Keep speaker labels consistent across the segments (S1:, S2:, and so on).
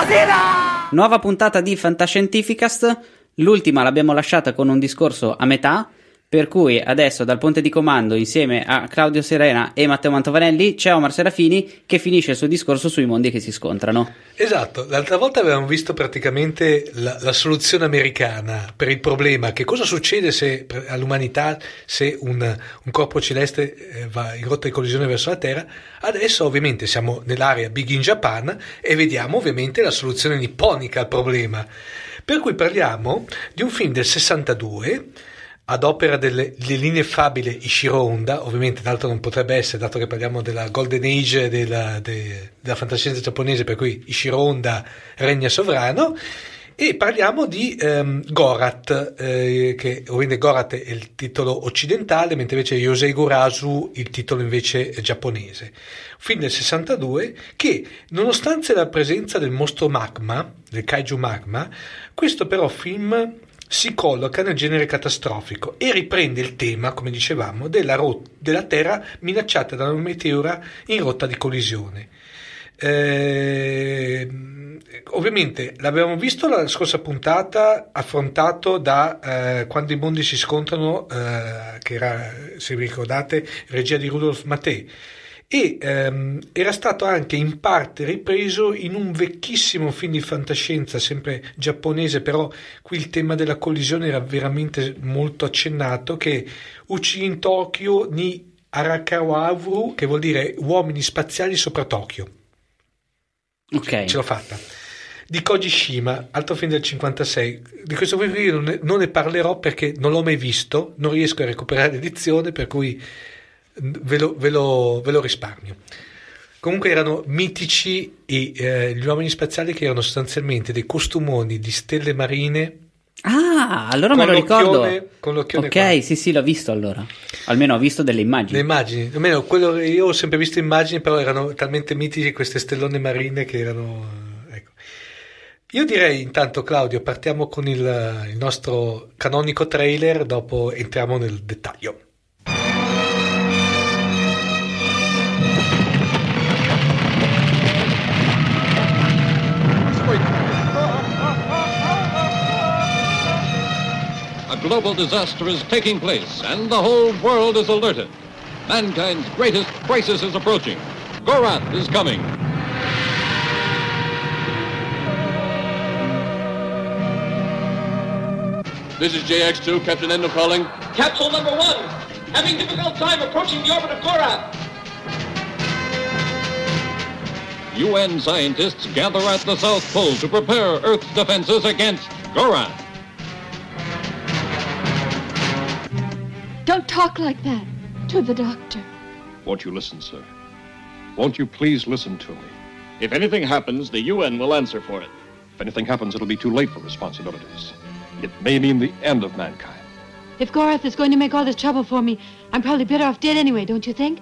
S1: Nuova puntata di Fantascientificast, l'ultima l'abbiamo lasciata con un discorso a metà, per cui adesso dal ponte di comando insieme a Claudio Serena e Matteo Mantovanelli c'è Omar Serafini che finisce il suo discorso sui mondi che si scontrano.
S2: Esatto, l'altra volta avevamo visto praticamente la soluzione americana per il problema, che cosa succede se all'umanità se un corpo celeste va in rotta di collisione verso la Terra. Adesso ovviamente siamo nell'area Big in Japan e vediamo ovviamente la soluzione nipponica al problema, per cui parliamo di un film del 62 ad opera dell'ineffabile Ishiro Honda. Ovviamente d'altro non potrebbe essere, dato che parliamo della Golden Age della fantascienza giapponese, per cui Ishiro Honda regna sovrano, e parliamo di Gorath, che ovviamente Gorath è il titolo occidentale, mentre invece Yosei Gurasu il titolo invece giapponese. Un film del 62 che, nonostante la presenza del mostro magma, del kaiju magma, questo però film si colloca nel genere catastrofico e riprende il tema, come dicevamo, della Terra minacciata da un meteora in rotta di collisione. Ovviamente l'abbiamo visto la scorsa puntata, affrontato da Quando i mondi si scontrano, che era, se vi ricordate, regia di Rudolf Maté, e era stato anche in parte ripreso in un vecchissimo film di fantascienza sempre giapponese, però qui il tema della collisione era veramente molto accennato, che è Uchi Tokyo ni Arakawaru, che vuol dire uomini spaziali sopra Tokyo.
S1: Ok,
S2: ce l'ho fatta, di Koji Shima, altro film del 56. Di questo film io non ne parlerò perché non l'ho mai visto, non riesco a recuperare l'edizione, per cui ve lo risparmio. Comunque erano mitici gli uomini spaziali, che erano sostanzialmente dei costumoni di stelle marine.
S1: Ah, allora me lo ricordo.
S2: Con l'occhione
S1: ok,
S2: qua.
S1: sì, l'ho visto allora. Almeno ho visto delle immagini.
S2: Le immagini, almeno quello che io ho sempre visto immagini, però erano talmente mitici queste stellone marine che erano... Ecco. Io direi intanto, Claudio, partiamo con il nostro canonico trailer, dopo entriamo nel dettaglio.
S3: A global disaster is taking place, and the whole world is alerted. Mankind's greatest crisis is approaching. Gorath is coming.
S4: This is JX2, Captain Endo calling.
S5: Capsule number 1, having difficult time approaching the orbit of Gorath.
S3: UN scientists gather at the South Pole to prepare Earth's defenses against Gorath.
S6: Don't talk like that to the doctor.
S3: Won't you listen, sir? Won't you please listen to me?
S4: If anything happens, the UN will answer for it.
S3: If anything happens, it'll be too late for responsibilities. It may mean the end of mankind.
S6: If Gorath is going to make all this trouble for me, I'm probably better off dead anyway, don't you think?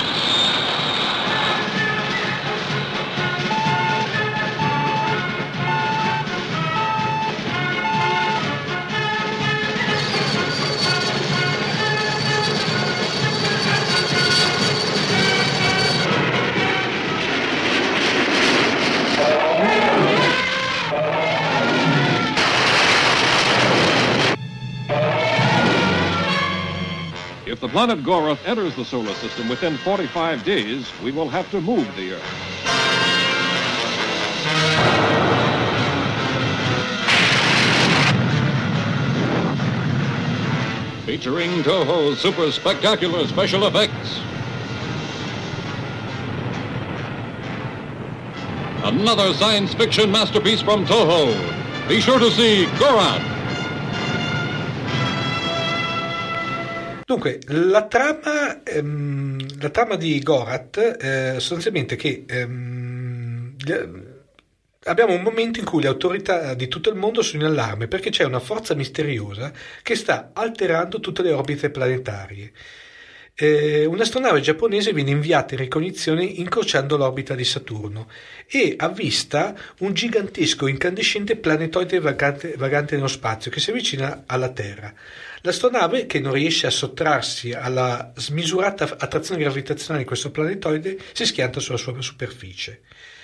S3: If the planet Gorath enters the solar system within 45 days, we will have to move the Earth. Featuring Toho's super spectacular special effects. Another science fiction masterpiece from Toho. Be sure to see Gorath.
S2: Dunque, la trama di Gorath sostanzialmente che abbiamo un momento in cui le autorità di tutto il mondo sono in allarme perché c'è una forza misteriosa che sta alterando tutte le orbite planetarie. Un'astronave giapponese viene inviata in ricognizione incrociando l'orbita di Saturno e avvista un gigantesco incandescente planetoide vagante nello spazio che si avvicina alla Terra. L'astronave, che non riesce a sottrarsi alla smisurata attrazione gravitazionale di questo planetoide, si schianta sulla sua superficie.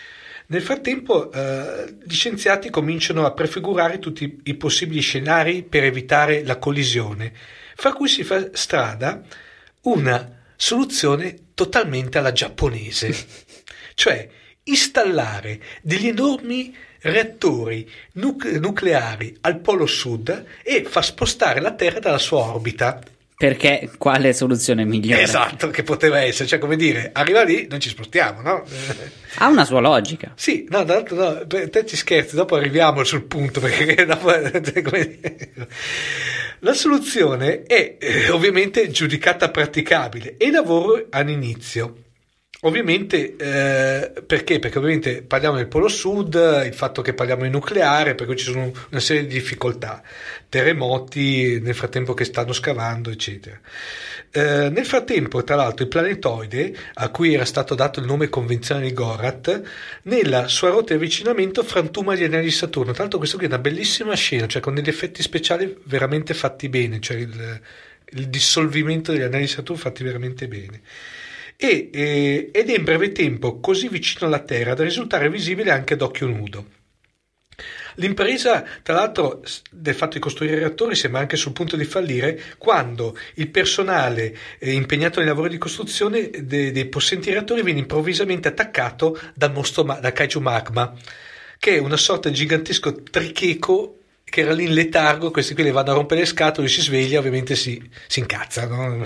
S2: Nel frattempo gli scienziati cominciano a prefigurare tutti i possibili scenari per evitare la collisione, fra cui si fa strada una soluzione totalmente alla giapponese, cioè installare degli enormi reattori nucleari al polo sud e far spostare la Terra dalla sua orbita.
S1: Perché quale soluzione migliore?
S2: Esatto, che poteva essere, cioè come dire, arriva lì, non ci spostiamo, no?
S1: Ha una sua logica.
S2: Sì, no, te ci scherzi, dopo arriviamo sul punto, perché dopo, come dire, la soluzione è ovviamente giudicata praticabile e i lavori hanno inizio. Ovviamente, perché? Perché ovviamente parliamo del Polo Sud, il fatto che parliamo di nucleare, per cui ci sono una serie di difficoltà, terremoti nel frattempo che stanno scavando, eccetera. Nel frattempo, tra l'altro, il planetoide, a cui era stato dato il nome convenzionale di Gorath, nella sua rotta di avvicinamento frantuma gli anelli di Saturno. Tra l'altro questo qui è una bellissima scena, cioè con degli effetti speciali veramente fatti bene, cioè il dissolvimento degli anelli di Saturno fatti veramente bene. Ed è in breve tempo così vicino alla Terra da risultare visibile anche ad occhio nudo. L'impresa, tra l'altro, del fatto di costruire reattori sembra anche sul punto di fallire quando il personale impegnato nei lavori di costruzione dei possenti reattori viene improvvisamente attaccato dal Kaiju Magma, che è una sorta di gigantesco tricheco che era lì in letargo. Questi qui le vanno a rompere le scatole, si sveglia, ovviamente si incazza, no?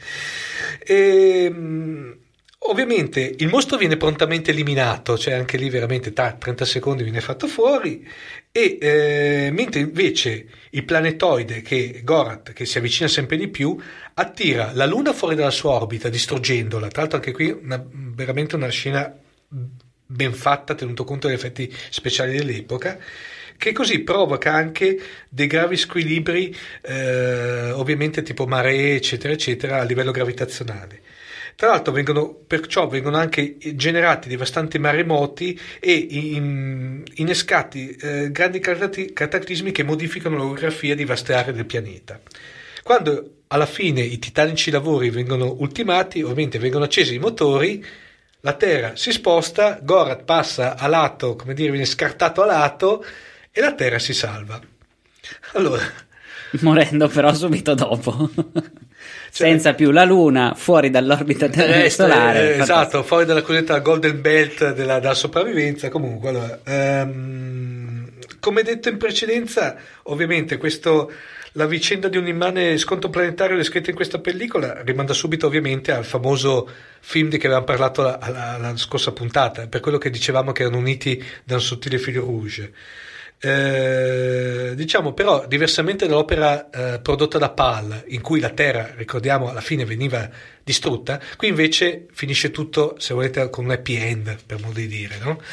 S2: Ovviamente il mostro viene prontamente eliminato, cioè anche lì veramente 30 secondi viene fatto fuori, mentre invece il planetoide, che Gorath, che si avvicina sempre di più, attira la Luna fuori dalla sua orbita distruggendola. Tra l'altro anche qui veramente una scena ben fatta, tenuto conto degli effetti speciali dell'epoca, che così provoca anche dei gravi squilibri, ovviamente tipo maree, eccetera, eccetera, a livello gravitazionale. Tra l'altro perciò vengono anche generati devastanti maremoti e innescati grandi cataclismi che modificano l'orografia di vaste aree del pianeta. Quando alla fine i titanici lavori vengono ultimati, ovviamente vengono accesi i motori, la Terra si sposta, Gorath passa a lato, come dire, viene scartato a lato, e la Terra si salva. Allora,
S1: morendo però subito dopo, senza più la Luna, fuori dall'orbita solare.
S2: Esatto, fuori dalla cosiddetta Golden Belt della sopravvivenza. Comunque, allora, come detto in precedenza, ovviamente la vicenda di un immane scontro planetario descritta in questa pellicola rimanda subito ovviamente al famoso film di cui avevamo parlato la scorsa puntata, per quello che dicevamo che erano uniti da un sottile fil rouge. Diciamo però, diversamente dall'opera prodotta da Pal, in cui la Terra, ricordiamo, alla fine veniva distrutta, qui invece finisce tutto, se volete, con un happy end, per modo di dire, no?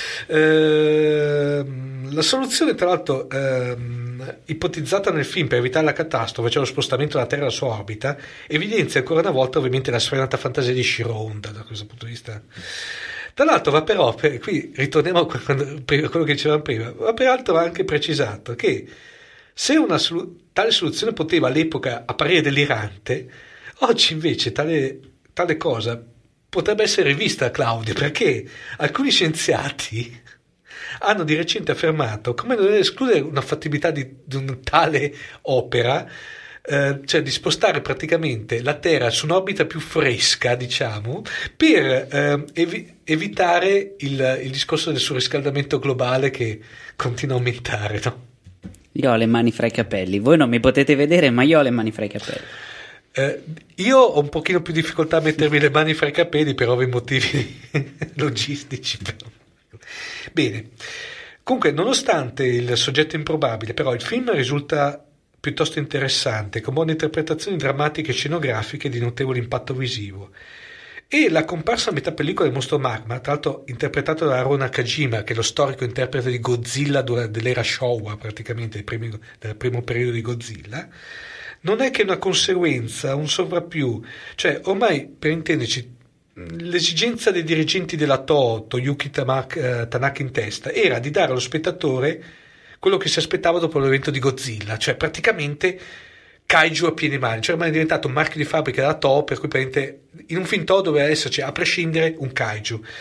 S2: La soluzione, tra l'altro, ipotizzata nel film per evitare la catastrofe, cioè lo spostamento della Terra dalla sua orbita, evidenzia ancora una volta ovviamente la sfrenata fantasia di Shiro Honda da questo punto di vista. Tra l'altro va però, qui ritorniamo a quello che dicevamo prima, va peraltro anche precisato che se tale soluzione poteva all'epoca apparire delirante, oggi invece tale cosa potrebbe essere rivista, Claudio, perché alcuni scienziati hanno di recente affermato come non escludere una fattibilità di una tale opera, cioè di spostare praticamente la Terra su un'orbita più fresca, diciamo, per evitare il discorso del surriscaldamento globale che continua a aumentare, no?
S1: Io ho le mani fra i capelli, voi non mi potete vedere, ma io ho le mani fra i capelli.
S2: Io ho un pochino più difficoltà a mettermi le mani fra i capelli per ovvi motivi logistici, però. Bene, comunque, nonostante il soggetto improbabile, però il film risulta piuttosto interessante, con buone interpretazioni drammatiche e scenografiche di notevole impatto visivo. E la comparsa a metà pellicola del mostro Magma, tra l'altro interpretato da Aaron Nakajima, che è lo storico interprete di Godzilla dell'era Showa, praticamente del primo periodo di Godzilla, non è che una conseguenza, un sovrappiù, cioè ormai, per intenderci, l'esigenza dei dirigenti della Toyuki Tanaka in testa era di dare allo spettatore quello che si aspettava dopo l'evento di Godzilla, cioè praticamente kaiju a piene mani, cioè ormai è diventato un marchio di fabbrica della Toho, per cui in un film Toho doveva esserci a prescindere un kaiju.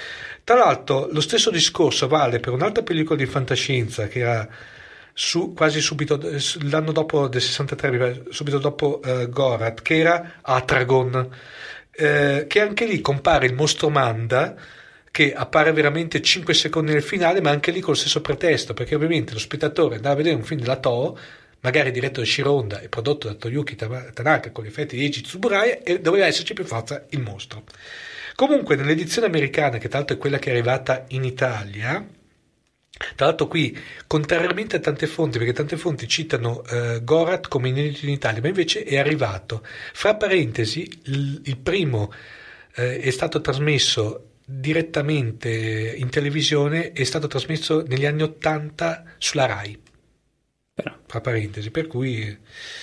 S2: Tra l'altro lo stesso discorso vale per un'altra pellicola di fantascienza che era quasi subito l'anno dopo del 63, subito dopo Gorath, che era Atragon, che anche lì compare il mostro Manda, che appare veramente 5 secondi nel finale, ma anche lì col stesso pretesto, perché ovviamente lo spettatore andava a vedere un film della Toho, magari diretto da Shironda e prodotto da Toyuki Tanaka con gli effetti di Eiji Tsuburaya, e doveva esserci per forza il mostro. Comunque nell'edizione americana, che tra l'altro è quella che è arrivata in Italia, tra l'altro qui, contrariamente a tante fonti, perché tante fonti citano Gorath come inedito in Italia, ma invece è arrivato, fra parentesi, il primo è stato trasmesso direttamente in televisione, è stato trasmesso negli anni 80 sulla Rai, fra parentesi, per cui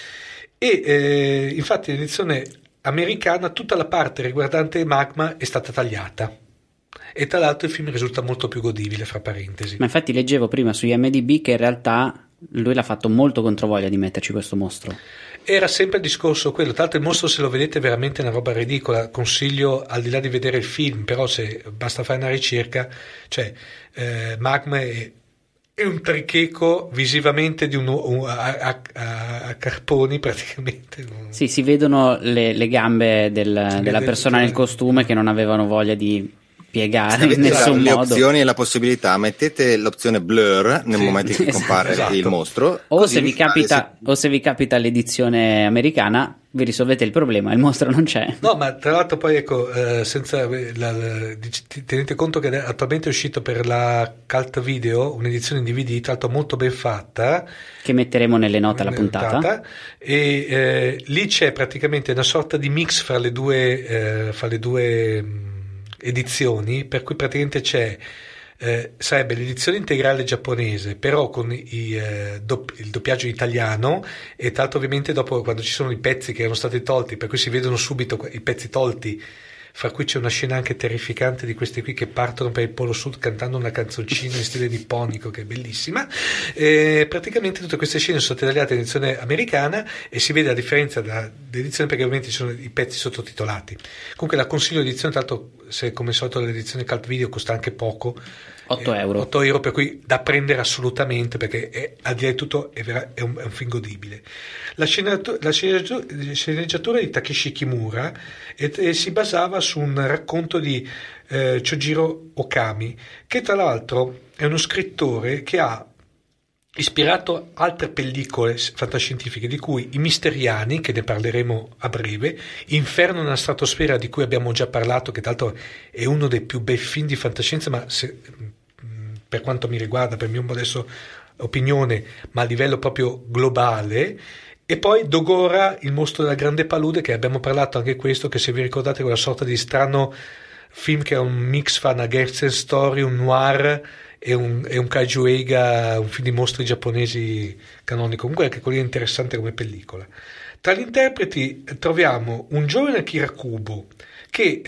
S2: infatti l'edizione americana tutta la parte riguardante Magma è stata tagliata, e tra l'altro il film risulta molto più godibile, fra parentesi.
S1: Ma infatti leggevo prima su IMDb che in realtà lui l'ha fatto molto controvoglia di metterci questo mostro.
S2: Era sempre il discorso quello. Tra l'altro il mostro, se lo vedete, è veramente una roba ridicola. Consiglio, al di là di vedere il film, però se basta fare una ricerca, cioè Magma è un tricheco visivamente di a carponi praticamente.
S1: Sì, si vedono le gambe della persona nel costume che non avevano voglia di piegare in nessun
S7: le
S1: modo.
S7: Opzioni e la possibilità, mettete l'opzione blur nel momento in cui compare il mostro,
S1: o se vi capita l'edizione americana vi risolvete il problema, il mostro non c'è.
S2: No, ma tra l'altro poi ecco, tenete conto che attualmente è uscito per la Cult Video un'edizione in DVD, tra l'altro molto ben fatta,
S1: che metteremo nelle note alla puntata,
S2: e lì c'è praticamente una sorta di mix fra le due edizioni, per cui praticamente c'è sarebbe l'edizione integrale giapponese, però con il doppiaggio italiano, e tra l'altro ovviamente dopo, quando ci sono i pezzi che erano stati tolti, per cui si vedono subito i pezzi tolti, fra cui c'è una scena anche terrificante di questi qui che partono per il Polo Sud cantando una canzoncina in stile nipponico che è bellissima. Praticamente tutte queste scene sono state tagliate in edizione americana, e si vede la differenza dall'edizione, perché ovviamente ci sono i pezzi sottotitolati. Comunque la consiglio l'edizione, tra l'altro, se come solito l'edizione Cult Video costa anche poco,
S1: 8 euro.
S2: 8 euro, per cui da prendere assolutamente, perché al di là di tutto è un film godibile. La sceneggiatura di Takeshi Kimura e si basava su un racconto di Chojiro Okami, che tra l'altro è uno scrittore che ha ispirato altre pellicole fantascientifiche, di cui I Misteriani, che ne parleremo a breve, Inferno nella stratosfera, di cui abbiamo già parlato, che tra l'altro è uno dei più bei film di fantascienza, ma per quanto mi riguarda, per mia modesto opinione, ma a livello proprio globale. E poi Dogora, il mostro della grande palude, che abbiamo parlato anche questo, che se vi ricordate quella sorta di strano film che è un mix fra una Gersen story, un noir e un kaiju eiga, un film di mostri giapponesi canonico. Comunque anche quello è interessante come pellicola. Tra gli interpreti troviamo un giovane Akira Kubo, che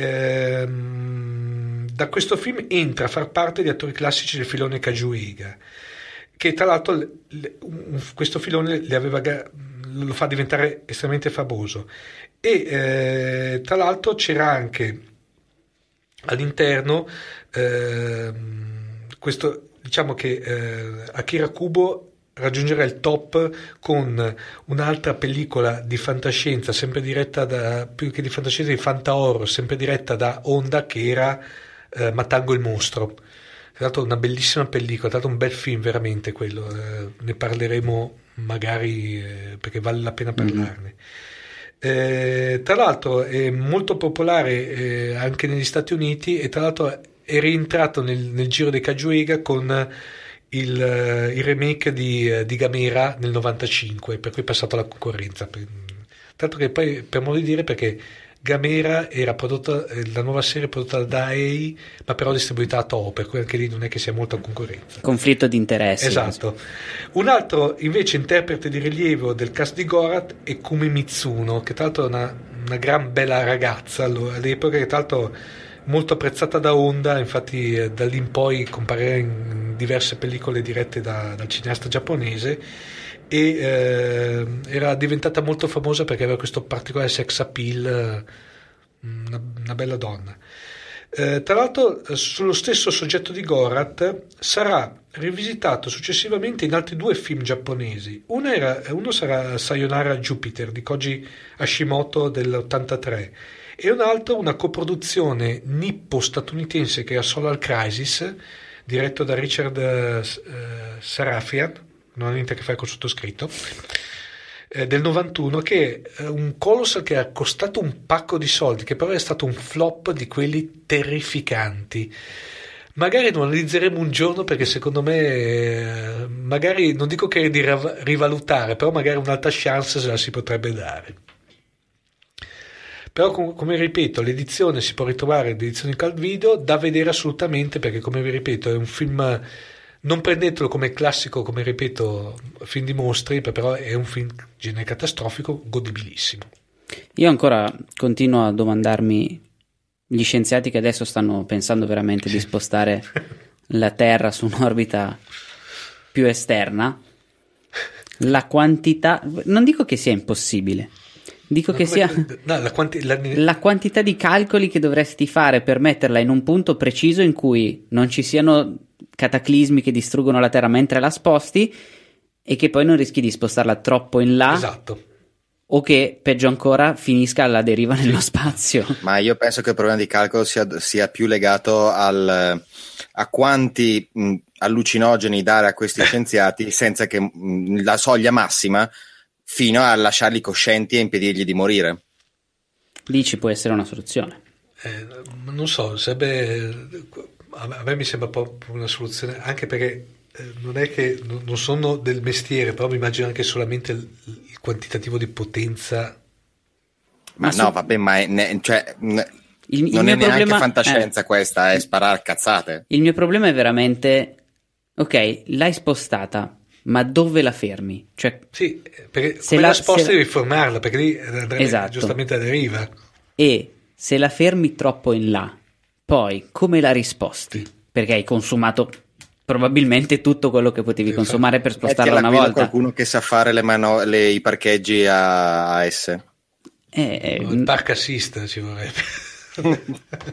S2: da questo film entra a far parte di attori classici del filone kaiju eiga, che tra l'altro questo filone lo fa diventare estremamente famoso. E tra l'altro c'era anche all'interno questo, diciamo che Akira Kubo raggiungerà il top con un'altra pellicola di fantascienza, sempre diretta più che di fantascienza, di fanta horror, sempre diretta da Honda, che era Matango il mostro. Tra l'altro una bellissima pellicola, tra l'altro un bel film veramente quello, ne parleremo magari perché vale la pena parlarne. Tra l'altro è molto popolare anche negli Stati Uniti, e tra l'altro è rientrato nel giro dei kaiju eiga con il remake di Gamera nel 95, per cui è passato alla concorrenza. Tanto che poi, per modo di dire, perché Gamera era prodotta, la nuova serie prodotta da Dai, ma però distribuita a Toho, per cui anche lì non è che sia molta concorrenza.
S1: Conflitto di interessi.
S2: Esatto. Un altro invece interprete di rilievo del cast di Gorath è Kumi Mitsuno, che tra l'altro è una gran bella ragazza all'epoca, che tra l'altro molto apprezzata da Honda, infatti da lì in poi comparirà in diverse pellicole dirette dal cineasta giapponese, e era diventata molto famosa perché aveva questo particolare sex appeal, una bella donna. Tra l'altro, sullo stesso soggetto di Gorath sarà rivisitato successivamente in altri 2 film giapponesi. Uno sarà Sayonara Jupiter di Koji Hashimoto dell'83 e un altro una coproduzione nippo-statunitense che è Solar Crisis, diretto da Richard Sarafian, non ha niente a che fare col sottoscritto, del 91, che è un colossal che ha costato un pacco di soldi, che però è stato un flop di quelli terrificanti. Magari lo analizzeremo un giorno, perché secondo me magari, non dico che è di rivalutare, però magari un'altra chance se la si potrebbe dare. Però come ripeto, l'edizione si può ritrovare, l'edizione in cult video, da vedere assolutamente, perché come vi ripeto è un film, non prendetelo come classico, come ripeto, film di mostri, però è un film genere catastrofico, godibilissimo.
S1: Io ancora continuo a domandarmi, gli scienziati che adesso stanno pensando veramente di spostare la Terra su un'orbita più esterna, la quantità, non dico che sia impossibile, dico che sia la quantità di calcoli che dovresti fare per metterla in un punto preciso in cui non ci siano cataclismi che distruggono la Terra mentre la sposti e che poi non rischi di spostarla troppo in là.
S2: Esatto.
S1: O che, peggio ancora, finisca alla deriva nello spazio.
S7: Ma io penso che il problema di calcolo sia più legato a quanti allucinogeni dare a questi scienziati senza che la soglia massima fino a lasciarli coscienti e impedirgli di morire.
S1: Lì ci può essere una soluzione.
S2: Non so, a me mi sembra proprio una soluzione, anche perché non è che non sono del mestiere, però mi immagino anche solamente il quantitativo di potenza.
S7: Ma no, vabbè, ma non è neanche
S1: problema,
S7: fantascienza questa, è sparare cazzate.
S1: Il mio problema è veramente, ok, l'hai spostata, ma dove la fermi? Cioè,
S2: sì, perché se la sposti devi fermarla, perché lì andrebbe giustamente a deriva.
S1: E se la fermi troppo in là, poi come la risposti? Perché hai consumato probabilmente tutto quello che potevi consumare per spostarla una volta.
S7: Qualcuno che sa fare i parcheggi a S.
S2: Il park assist ci vorrebbe.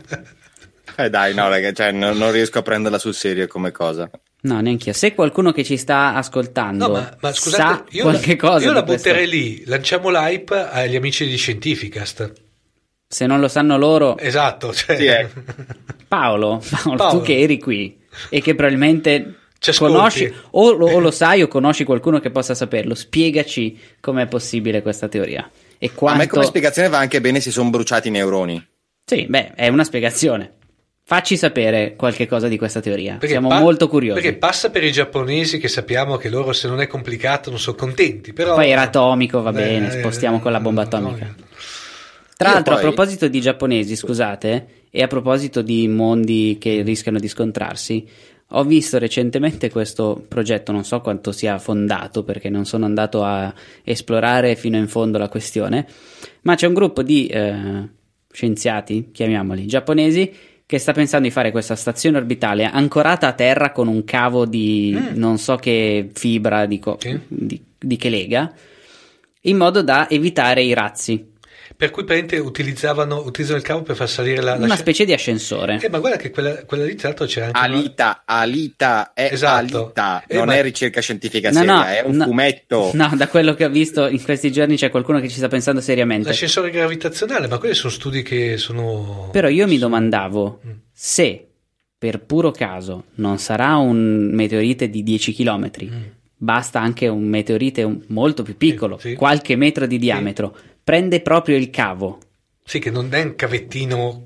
S7: Dai, no, raga, cioè, non riesco a prenderla sul serio come cosa.
S1: No, neanche io. Se qualcuno che ci sta ascoltando
S2: ma scusate,
S1: sa qualche cosa,
S2: io la butterei lì, lanciamo l'hype agli amici di Scientificast.
S1: Se non lo sanno loro,
S2: esatto, cioè...
S7: sì,
S1: Paolo, tu che eri qui e che probabilmente
S2: ci
S1: conosci o lo sai o conosci qualcuno che possa saperlo, spiegaci com'è possibile questa teoria e quanto...
S7: A me come spiegazione va anche bene, si sono bruciati i neuroni.
S1: Sì, beh, è una spiegazione. Facci sapere qualche cosa di questa teoria, perché siamo molto curiosi.
S2: Perché passa per i giapponesi, che sappiamo che loro, se non è complicato, non sono contenti, però...
S1: Poi era atomico, va bene, spostiamo con la bomba atomica. Tra l'altro, a proposito di giapponesi, scusate, e a proposito di mondi che rischiano di scontrarsi, ho visto recentemente questo progetto, non so quanto sia fondato perché non sono andato a esplorare fino in fondo la questione, ma c'è un gruppo di scienziati, chiamiamoli, giapponesi, che sta pensando di fare questa stazione orbitale ancorata a terra con un cavo di non so che fibra di che lega, in modo da evitare i razzi.
S2: Per cui utilizzano il cavo per far salire
S1: una specie di ascensore.
S2: Ma guarda che quella lì, tra l'altro, c'è anche
S7: Alita è
S2: esatto.
S7: Alita, non è ricerca scientifica seria, è un fumetto.
S1: No, da quello che ho visto in questi giorni c'è qualcuno che ci sta pensando seriamente.
S2: L'ascensore gravitazionale, ma quelli sono studi che sono...
S1: Però io mi domandavo se per puro caso non sarà un meteorite di 10 chilometri, basta anche un meteorite molto più piccolo, qualche metro di diametro, prende proprio il cavo.
S2: Sì, che non è un cavettino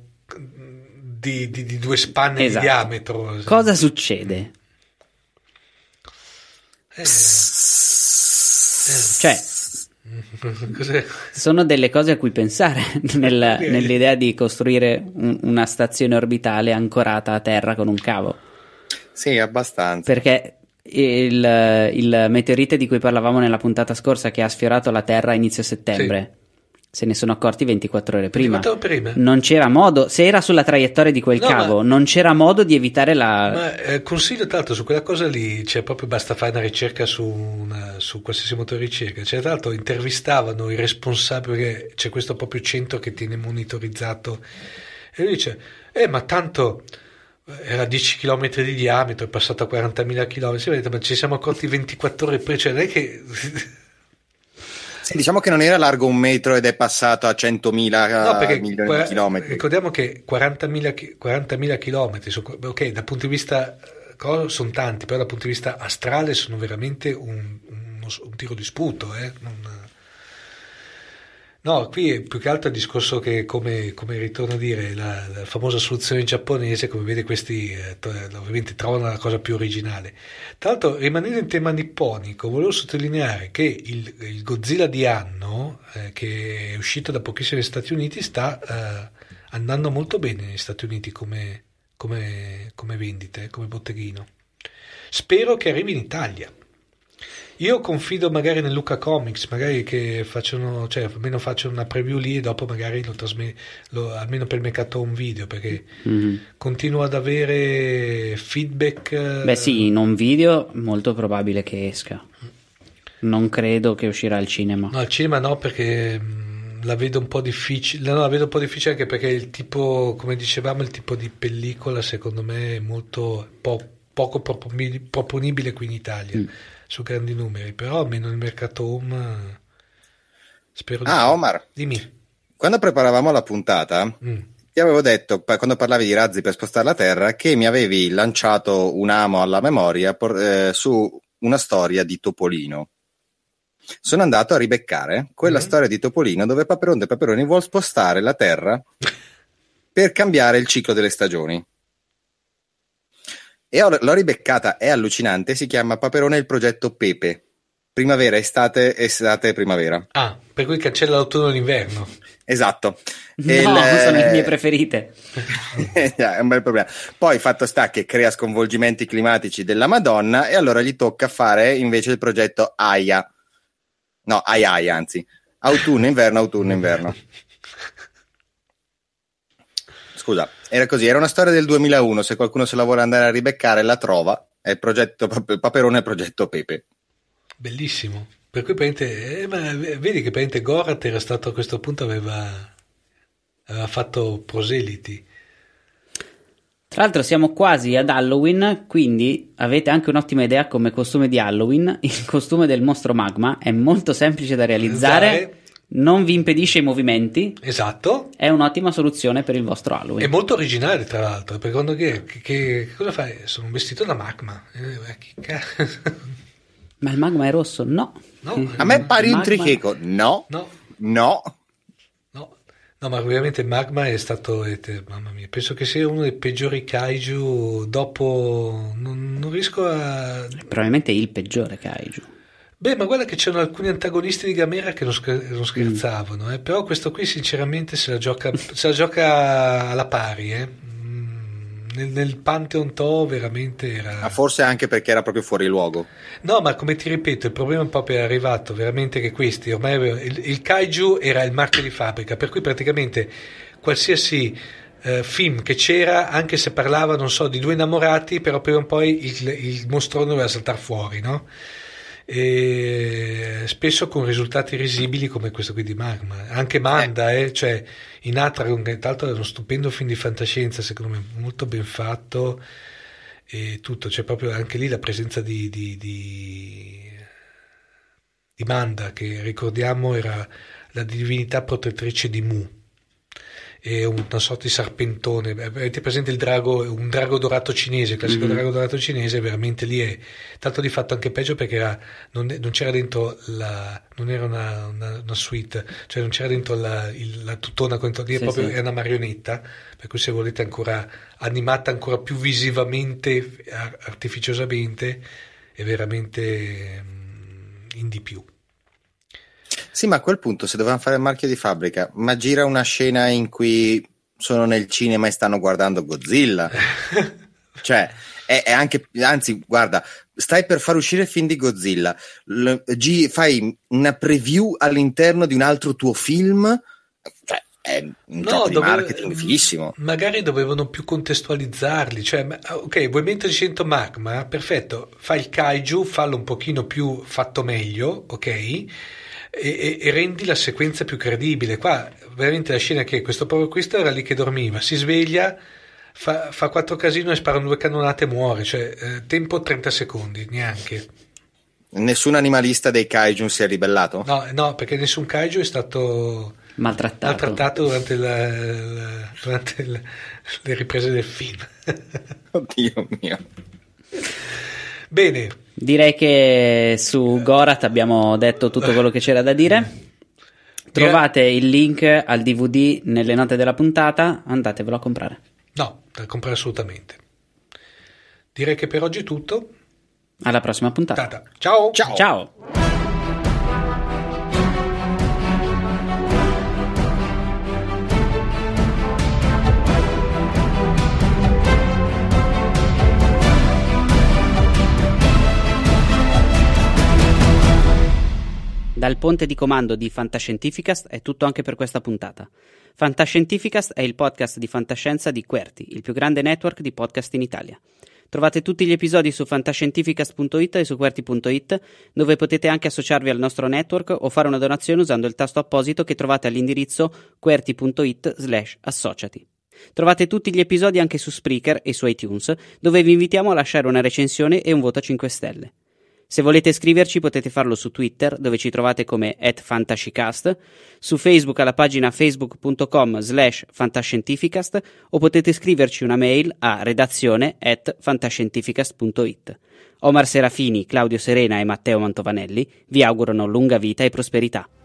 S2: di 2 spanne di diametro.
S1: Cosa succede? Cioè, sono delle cose a cui pensare nell'idea di costruire una stazione orbitale ancorata a terra con un cavo.
S7: Sì, abbastanza.
S1: Perché il meteorite di cui parlavamo nella puntata scorsa, che ha sfiorato la Terra a inizio settembre, se ne sono accorti 24 ore prima. Non c'era modo, se era sulla traiettoria di quel cavo, non c'era modo di evitare la...
S2: consiglio tra l'altro su quella cosa lì, cioè proprio basta fare una ricerca su qualsiasi motore di ricerca, cioè tra l'altro intervistavano i responsabili, perché c'è questo proprio centro che tiene monitorizzato E lui dice, ma tanto era 10 km di diametro, è passato a 40.000 km. Si vede, ma ci siamo accorti 24 ore prima, cioè non è che...
S7: Sì, diciamo che non era largo 1 metro ed è passato a 100.000 milioni di chilometri.
S2: Ricordiamo che 40.000 chilometri, ok, dal punto di vista sono tanti, però dal punto di vista astrale sono veramente un tiro di sputo. No, qui è più che altro il discorso che, come ritorno a dire, la famosa soluzione giapponese, come vede questi ovviamente trovano la cosa più originale. Tra l'altro, rimanendo in tema nipponico, volevo sottolineare che il Godzilla di anno, che è uscito da pochissimo negli Stati Uniti, sta andando molto bene negli Stati Uniti come vendite, come botteghino. Spero che arrivi in Italia. Io confido magari nel Luca Comics, magari che almeno faccio una preview lì e dopo magari lo trasmetto, almeno per il mercato un video, perché continuo ad avere feedback.
S1: Beh sì, in un video molto probabile che esca. Non credo che uscirà al cinema.
S2: No, al cinema no, perché la vedo un po' difficile. No, la vedo un po' difficile anche perché il tipo, come dicevamo, il tipo di pellicola secondo me è molto poco proponibile qui in Italia. Su grandi numeri, però almeno nel mercato home spero.
S7: Omar,
S2: dimmi.
S7: Quando preparavamo la puntata ti avevo detto, quando parlavi di razzi per spostare la Terra, che mi avevi lanciato un amo alla memoria su una storia di Topolino. Sono andato a ribeccare quella storia di Topolino dove Paperone vuole spostare la Terra per cambiare il ciclo delle stagioni. E l'ho ribeccata, è allucinante, si chiama Paperone il progetto Pepe. Primavera, estate, primavera.
S2: Ah, per cui cancella l'autunno e l'inverno.
S7: Esatto.
S1: Sono le mie preferite.
S7: È un bel problema. Poi fatto sta che crea sconvolgimenti climatici della Madonna e allora gli tocca fare invece il progetto Aia. No, Ai, anzi. Autunno, inverno. Scusa, era così, era una storia del 2001, se qualcuno se la vuole andare a ribeccare la trova, è il progetto Paperone, il progetto Pepe.
S2: Bellissimo, per cui vedi che Gorat era stato a questo punto, aveva fatto proseliti.
S1: Tra l'altro siamo quasi ad Halloween, quindi avete anche un'ottima idea come costume di Halloween. Il costume del mostro magma è molto semplice da realizzare. Non vi impedisce i movimenti.
S2: Esatto.
S1: È un'ottima soluzione per il vostro Halloween.
S2: È molto originale, tra l'altro, perché quando che cosa fai? Sono un vestito da magma.
S1: Ma il magma è rosso? No.
S7: A me pare un tricheco. No.
S2: No, ma ovviamente il magma è stato, mamma mia, penso che sia uno dei peggiori kaiju. Dopo non riesco a...
S1: Probabilmente il peggiore kaiju.
S2: Beh, ma guarda che c'erano alcuni antagonisti di Gamera che non scherzavano, però questo qui sinceramente se la gioca alla pari, Nel Pantheon To veramente era...
S7: Ma forse anche perché era proprio fuori luogo.
S2: No, ma come ti ripeto, il problema proprio è arrivato veramente che questi, ormai il kaiju era il marchio di fabbrica, per cui praticamente qualsiasi film che c'era, anche se parlava, non so, di due innamorati, però prima o poi il mostrone doveva saltare fuori, no? E spesso con risultati risibili come questo qui di Magma, anche Manda, cioè in Atragon, che tra l'altro è uno stupendo film di fantascienza, secondo me molto ben fatto e tutto, c'è proprio anche lì la presenza di Manda, che ricordiamo era la divinità protettrice di Mu, è una sorta di serpentone. Avete presente il drago, un drago dorato cinese, il classico drago dorato cinese? Veramente lì è tanto di fatto anche peggio, perché non c'era dentro non era una suite, cioè non c'era dentro la tutona, è una marionetta, per cui se volete ancora animata ancora più visivamente, artificiosamente, è veramente in di più.
S7: Sì, ma a quel punto se dovevano fare il marchio di fabbrica, ma gira una scena in cui sono nel cinema e stanno guardando Godzilla. Cioè, è anche, anzi, guarda, stai per far uscire il film di Godzilla, fai una preview all'interno di un altro tuo film, cioè è un gioco di marketing fighissimo.
S2: Magari dovevano più contestualizzarli, cioè, ok, vuoi metterci dentro Magma? Perfetto, fai il kaiju, fallo un pochino più fatto meglio, ok? e rendi la sequenza più credibile. Qua veramente la scena che questo era lì che dormiva, si sveglia, fa 4 casino e spara 2 cannonate e muore, cioè tempo 30 secondi, neanche.
S7: Nessun animalista dei kaiju si è ribellato?
S2: No, perché nessun kaiju è stato maltrattato durante le riprese del film.
S7: Oddio mio.
S2: Bene.
S1: Direi che su Gorath abbiamo detto tutto quello che c'era da dire. Trovate il link al DVD nelle note della puntata, andatevelo a comprare.
S2: No, da comprare assolutamente. Direi che per oggi è tutto.
S1: Alla prossima puntata.
S2: Ciao.
S1: Ciao. Dal ponte di comando di Fantascientificast è tutto anche per questa puntata. Fantascientificast è il podcast di fantascienza di QWERTY, il più grande network di podcast in Italia. Trovate tutti gli episodi su fantascientificast.it e su QWERTY.it, dove potete anche associarvi al nostro network o fare una donazione usando il tasto apposito che trovate all'indirizzo QWERTY.it/associati. Trovate tutti gli episodi anche su Spreaker e su iTunes, dove vi invitiamo a lasciare una recensione e un voto a 5 stelle. Se volete scriverci potete farlo su Twitter, dove ci trovate come @fantascicast, su Facebook alla pagina facebook.com/fantascientificast o potete scriverci una mail a redazione@fantascientificast.it. Omar Serafini, Claudio Serena e Matteo Mantovanelli vi augurano lunga vita e prosperità.